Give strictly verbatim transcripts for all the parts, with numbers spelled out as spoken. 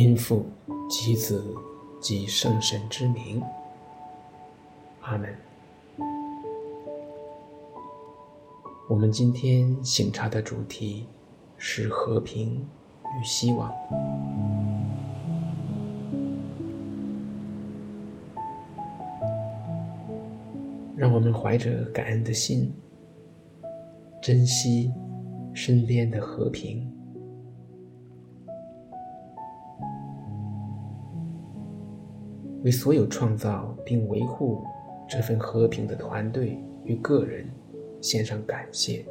因父及子及圣神之名，阿们。我们今天省察的主题是和平与希望。让我们怀着感恩的心，珍惜身边的和平。为所有创造并维护这份和平的团队与个人献上感谢。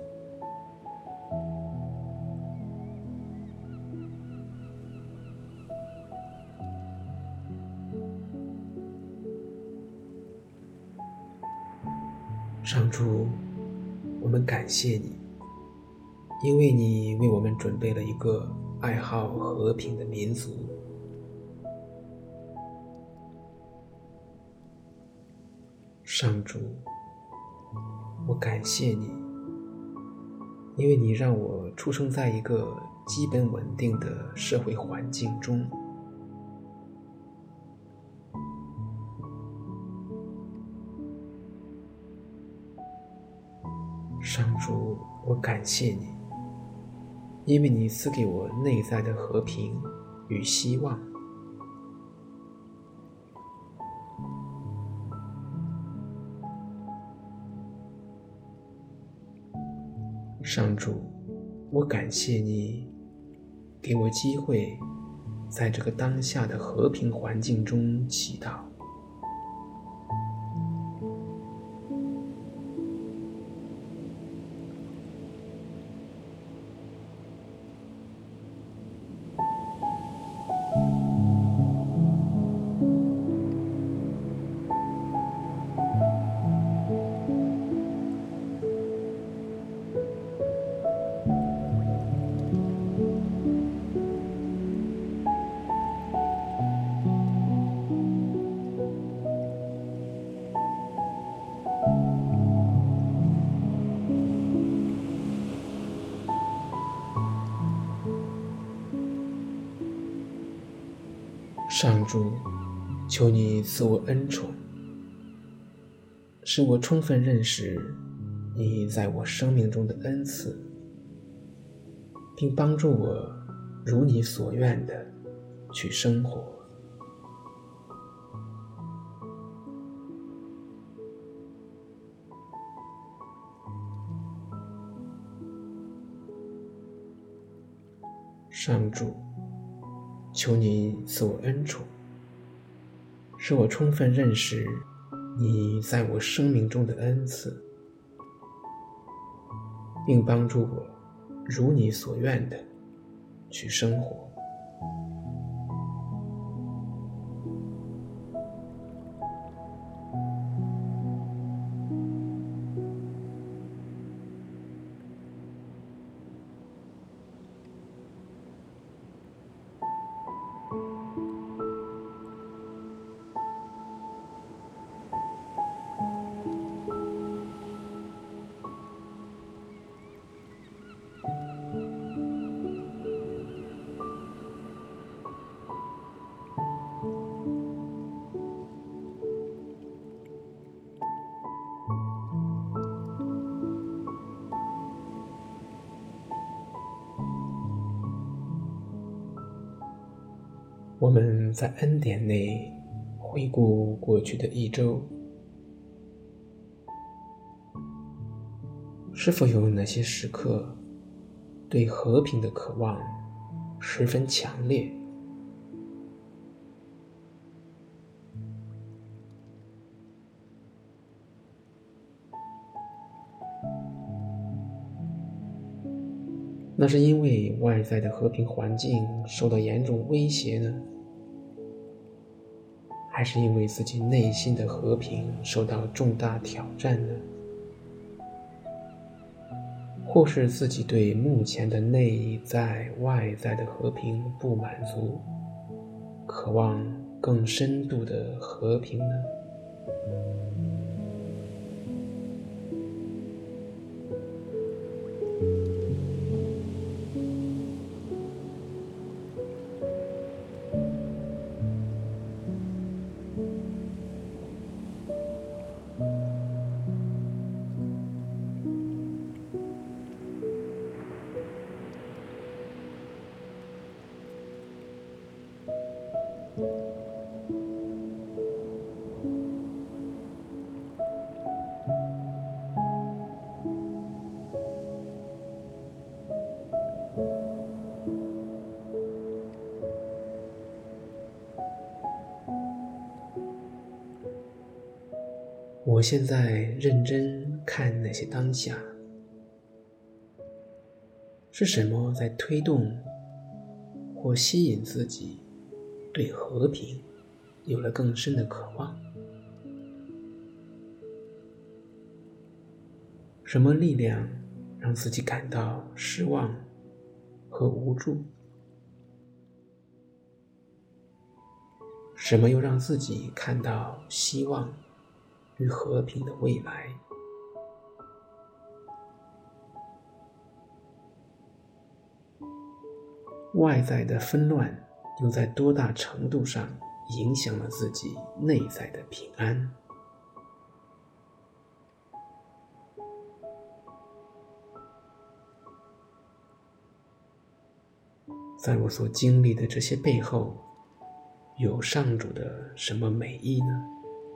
上主，我们感谢你，因为你为我们准备了一个爱好和平的民族。上主，我感谢你，因为你让我出生在一个基本稳定的社会环境中。上主，我感谢你，因为你赐给我内在的和平与希望。上主，我感谢你给我机会在这个当下的和平环境中祈祷。上主，求你赐我恩宠，使我充分认识你在我生命中的恩赐，并帮助我如你所愿的去生活。上主，求你赐我恩宠，使我充分认识你在我生命中的恩赐，并帮助我如你所愿的去生活。我们在恩典内回顾过去的一周，是否有哪些时刻对和平的渴望十分强烈？那是因为外在的和平环境受到严重威胁呢？还是因为自己内心的和平受到重大挑战呢？或是自己对目前的内在外在的和平不满足，渴望更深度的和平呢？ 我现在认真看那些当下，是什么在推动或吸引自己对和平有了更深的渴望？什么力量让自己感到失望和无助？什么又让自己看到希望与和平的未来？外在的纷乱又在多大程度上影响了自己内在的平安？在我所经历的这些背后，有上主的什么美意呢？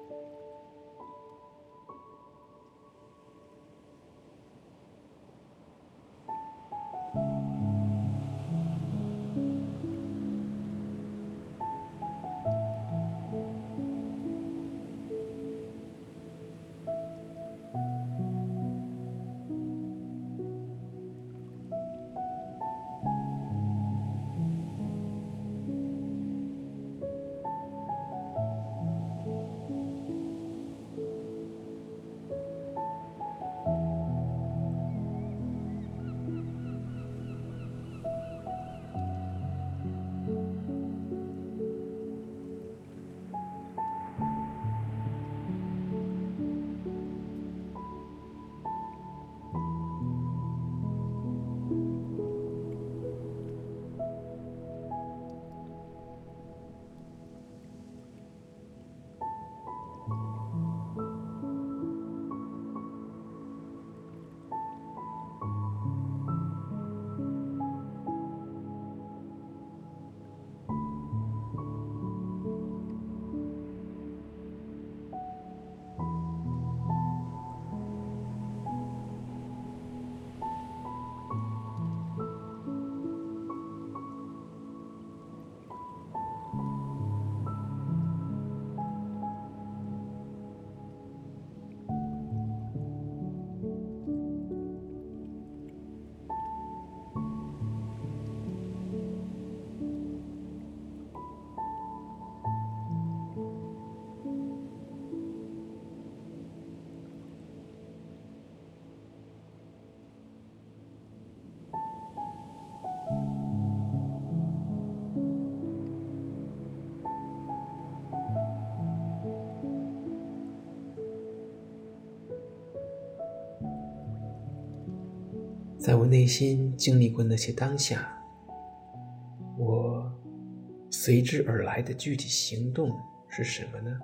在我内心经历过那些当下，我随之而来的具体行动是什么呢？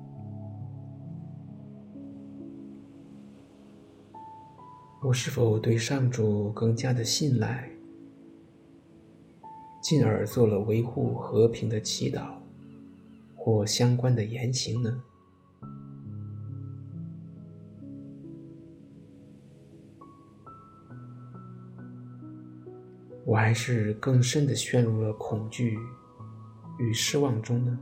我是否对上主更加的信赖，进而做了维护和平的祈祷或相关的言行呢？我还是更深地陷入了恐惧与失望中呢？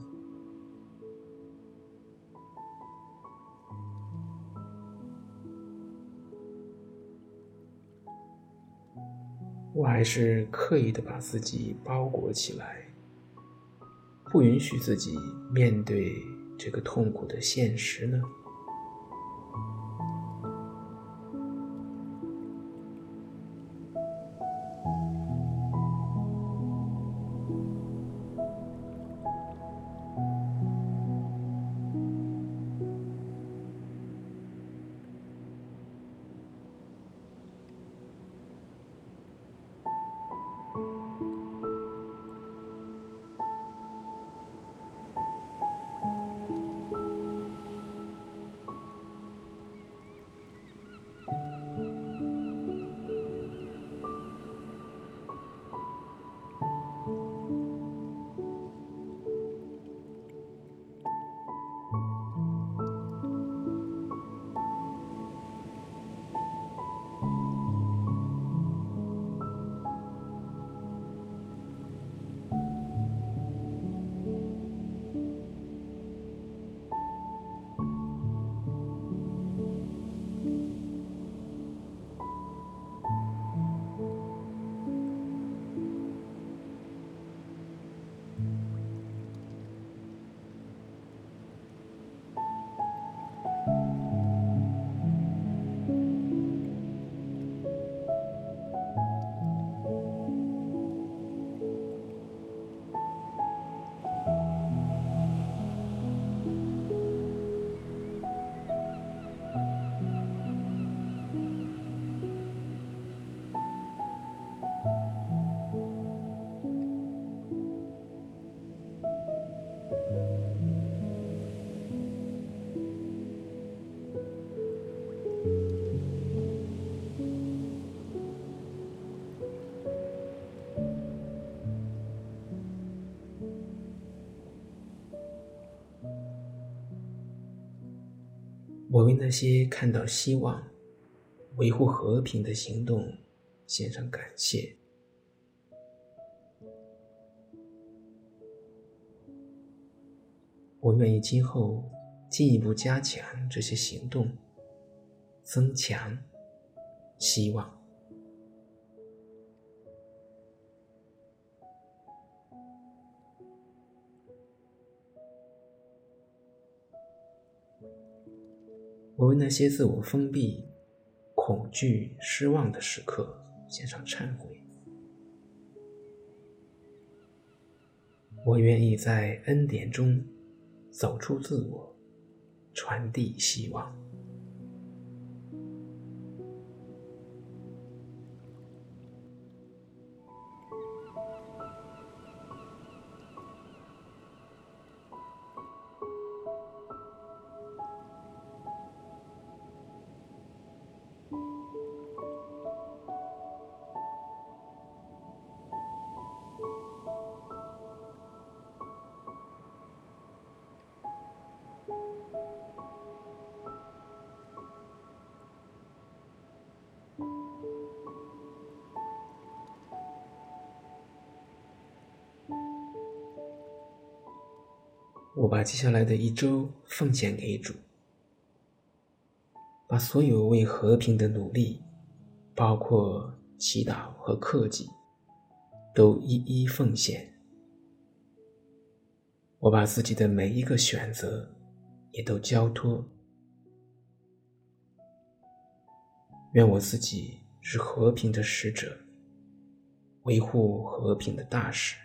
我还是刻意地把自己包裹起来，不允许自己面对这个痛苦的现实呢？ 我为那些看到希望、维护和平的行动献上感谢。我愿意今后进一步加强这些行动，增强希望。我为那些自我封闭、恐惧、失望的时刻献上忏悔。我愿意在恩典中走出自我，传递希望。我把接下来的一周奉献给主，把所有为和平的努力，包括祈祷和克己，都一一奉献。我把自己的每一个选择也都交托。愿我自己是和平的使者，维护和平的大使，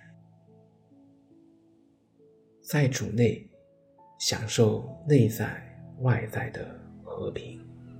在主内享受内在外在的和平。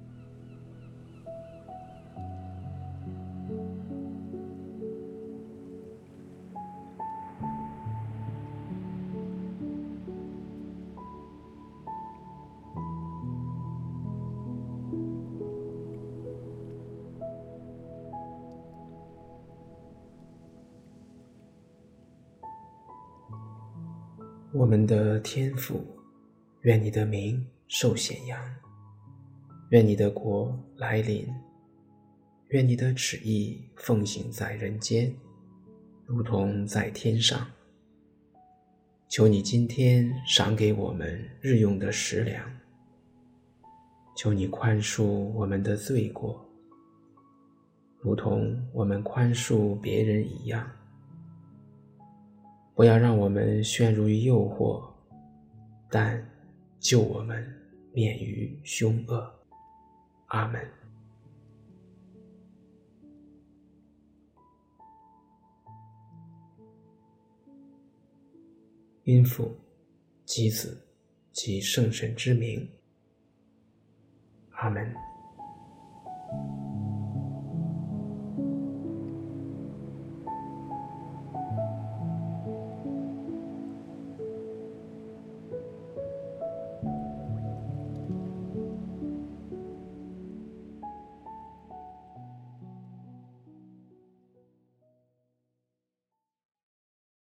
我们的天父，愿你的名受显扬，愿你的国来临，愿你的旨意奉行在人间，如同在天上。求你今天赏给我们日用的食粮，求你宽恕我们的罪过，如同我们宽恕别人一样。不要让我们陷入于诱惑，但救我们免于凶恶。阿们。因父及子及圣神之名。阿们。